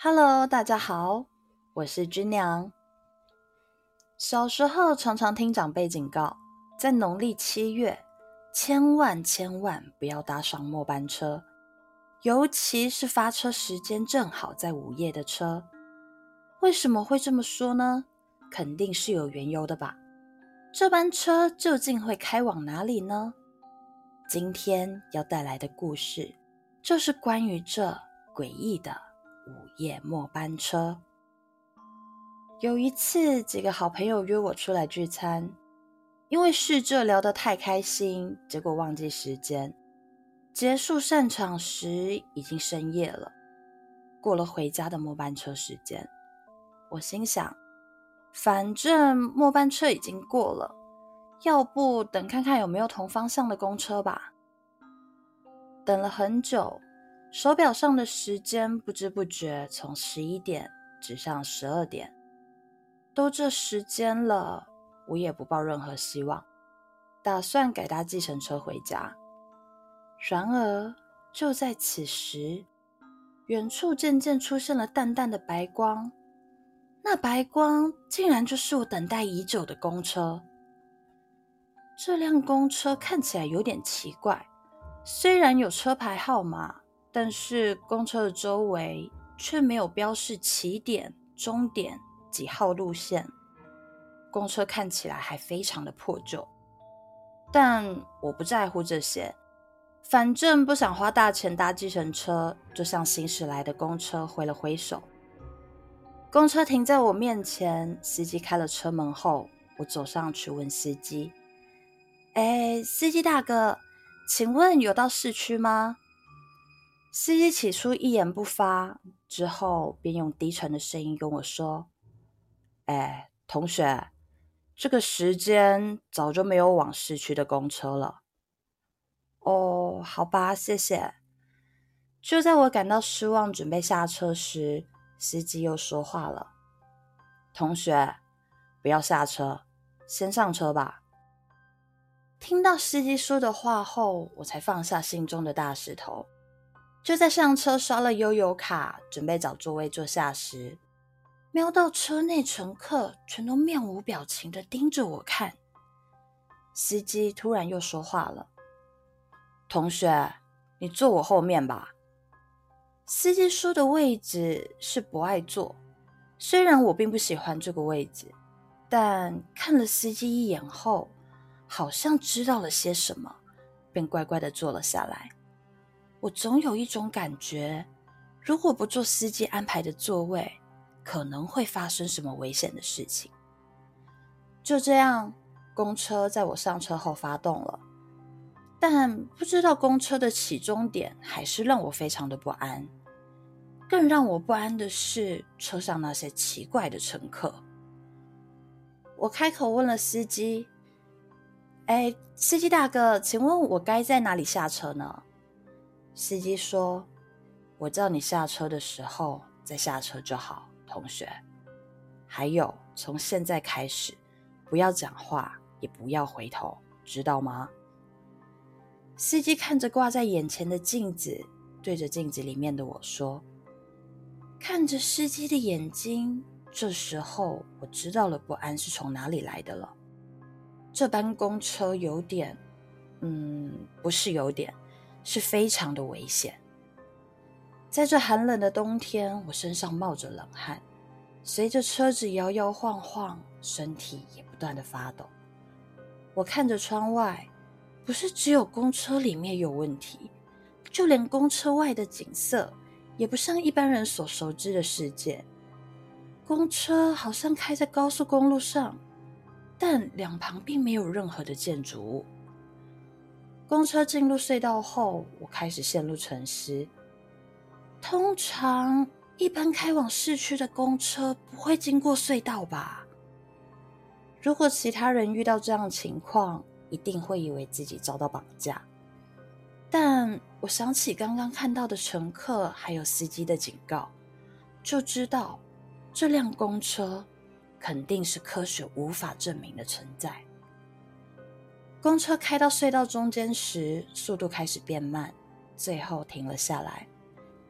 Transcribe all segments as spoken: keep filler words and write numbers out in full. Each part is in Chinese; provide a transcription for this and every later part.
Hello，大家好，我是君娘。小时候常常听长辈警告，在农历七月，千万千万不要搭上末班车，尤其是发车时间正好在午夜的车。为什么会这么说呢？肯定是有缘由的吧。这班车究竟会开往哪里呢？今天要带来的故事，就是关于这诡异的午夜末班车。有一次，几个好朋友约我出来聚餐，因为试着聊得太开心，结果忘记时间。结束散场时已经深夜了，过了回家的末班车时间。我心想，反正末班车已经过了，要不等看看有没有同方向的公车吧。等了很久，手表上的时间不知不觉从十一点指向十二点。都这时间了，我也不抱任何希望，打算改搭计程车回家。然而，就在此时，远处渐渐出现了淡淡的白光，那白光竟然就是我等待已久的公车。这辆公车看起来有点奇怪，虽然有车牌号码，但是公车的周围却没有标示起点、终点几号路线，公车看起来还非常的破旧。但我不在乎这些，反正不想花大钱搭计程车，就向行驶来的公车挥了挥手。公车停在我面前，司机开了车门后，我走上去问司机：哎，司机大哥，请问有到市区吗？司机起初一言不发，之后便用低沉的声音跟我说：哎，同学，这个时间早就没有往市区的公车了。哦，好吧，谢谢。就在我感到失望准备下车时，司机又说话了：同学，不要下车，先上车吧。听到司机说的话后，我才放下心中的大石头。就在上车刷了悠游卡，准备找座位坐下时，瞄到车内乘客全都面无表情地盯着我看。司机突然又说话了：同学，你坐我后面吧。司机说的位置是不爱坐，虽然我并不喜欢这个位置，但看了司机一眼后，好像知道了些什么，便乖乖地坐了下来。我总有一种感觉，如果不坐司机安排的座位，可能会发生什么危险的事情。就这样，公车在我上车后发动了，但不知道公车的起终点还是让我非常的不安。更让我不安的是车上那些奇怪的乘客。我开口问了司机：哎，司机大哥，请问我该在哪里下车呢？司机说：我叫你下车的时候再下车就好，同学。还有，从现在开始，不要讲话，也不要回头，知道吗？司机看着挂在眼前的镜子，对着镜子里面的我说。看着司机的眼睛，这时候我知道了不安是从哪里来的了。这班公车有点，嗯，不是有点，是非常的危险。在这寒冷的冬天，我身上冒着冷汗，随着车子摇摇晃晃，身体也不断的发抖。我看着窗外，不是只有公车里面有问题，就连公车外的景色也不像一般人所熟知的世界。公车好像开在高速公路上，但两旁并没有任何的建筑物。公车进入隧道后，我开始陷入沉思。通常一般开往市区的公车不会经过隧道吧？如果其他人遇到这样的情况，一定会以为自己遭到绑架。但我想起刚刚看到的乘客还有司机的警告，就知道这辆公车肯定是科学无法证明的存在。公车开到隧道中间时，速度开始变慢，最后停了下来。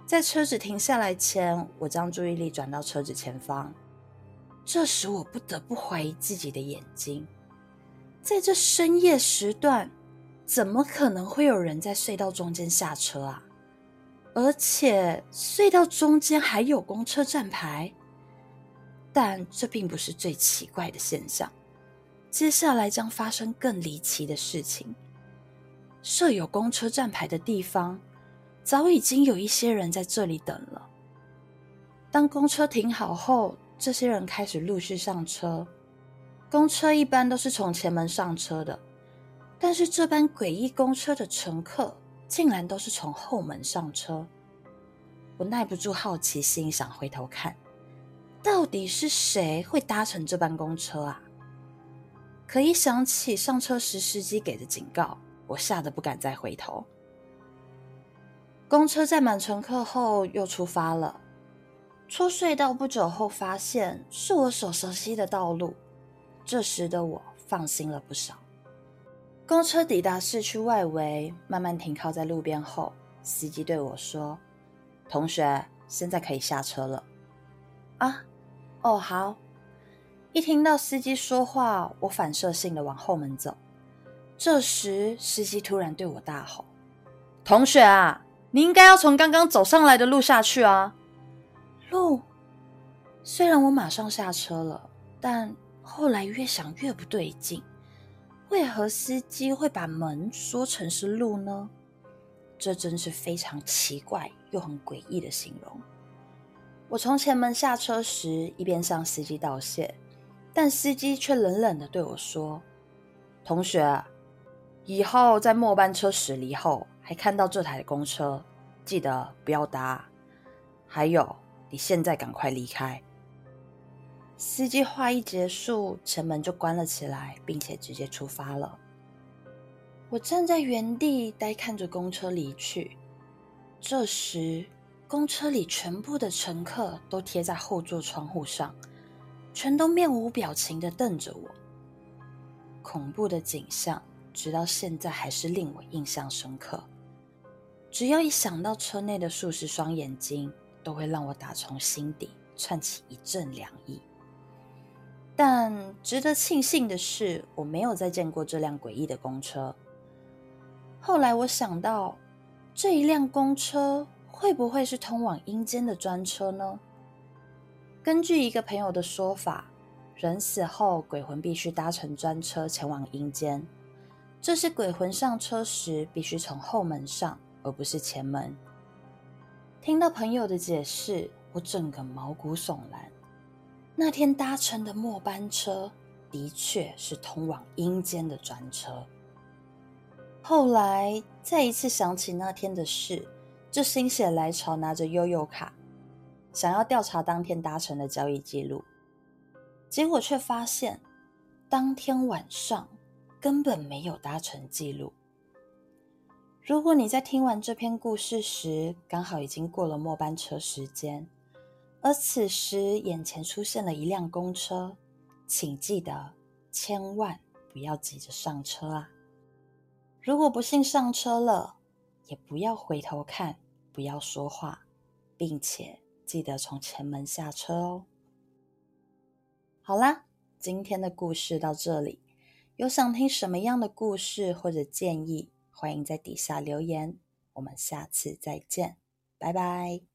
在车子停下来前，我将注意力转到车子前方。这时我不得不怀疑自己的眼睛，在这深夜时段，怎么可能会有人在隧道中间下车啊？而且隧道中间还有公车站牌。但这并不是最奇怪的现象，接下来将发生更离奇的事情。设有公车站牌的地方，早已经有一些人在这里等了。当公车停好后，这些人开始陆续上车。公车一般都是从前门上车的，但是这班诡异公车的乘客竟然都是从后门上车。我耐不住好奇心，想回头看，到底是谁会搭乘这班公车啊？可一想起上车时司机给的警告，我吓得不敢再回头。公车载满乘客后又出发了。出隧道不久后，发现是我所熟悉的道路，这时的我放心了不少。公车抵达市区外围，慢慢停靠在路边后，司机对我说：“同学，现在可以下车了。”啊，哦，好。一听到司机说话，我反射性的往后门走。这时，司机突然对我大吼：“同学啊，你应该要从刚刚走上来的路下去啊！”路？虽然我马上下车了，但后来越想越不对劲。为何司机会把门说成是路呢？这真是非常奇怪又很诡异的形容。我从前门下车时，一边向司机道谢，但司机却冷冷地对我说：“同学，以后在末班车驶离后还看到这台公车，记得不要搭。还有，你现在赶快离开。”司机话一结束，前门就关了起来，并且直接出发了。我站在原地呆看着公车离去。这时，公车里全部的乘客都贴在后座窗户上，全都面无表情地瞪着我。恐怖的景象，直到现在还是令我印象深刻。只要一想到车内的数十双眼睛，都会让我打从心底窜起一阵凉意。但值得庆幸的是，我没有再见过这辆诡异的公车。后来我想到，这一辆公车会不会是通往阴间的专车呢？根据一个朋友的说法，人死后鬼魂必须搭乘专车前往阴间，这是鬼魂上车时必须从后门上，而不是前门。听到朋友的解释，我整个毛骨悚然。那天搭乘的末班车的确是通往阴间的专车。后来再一次想起那天的事，就心血来潮拿着悠游卡，想要调查当天搭乘的交易记录，结果却发现当天晚上根本没有搭乘记录。如果你在听完这篇故事时，刚好已经过了末班车时间，而此时眼前出现了一辆公车，请记得千万不要急着上车啊！如果不幸上车了，也不要回头看，不要说话，并且记得从前门下车哦。好啦，今天的故事到这里，有想听什么样的故事或者建议，欢迎在底下留言，我们下次再见，拜拜。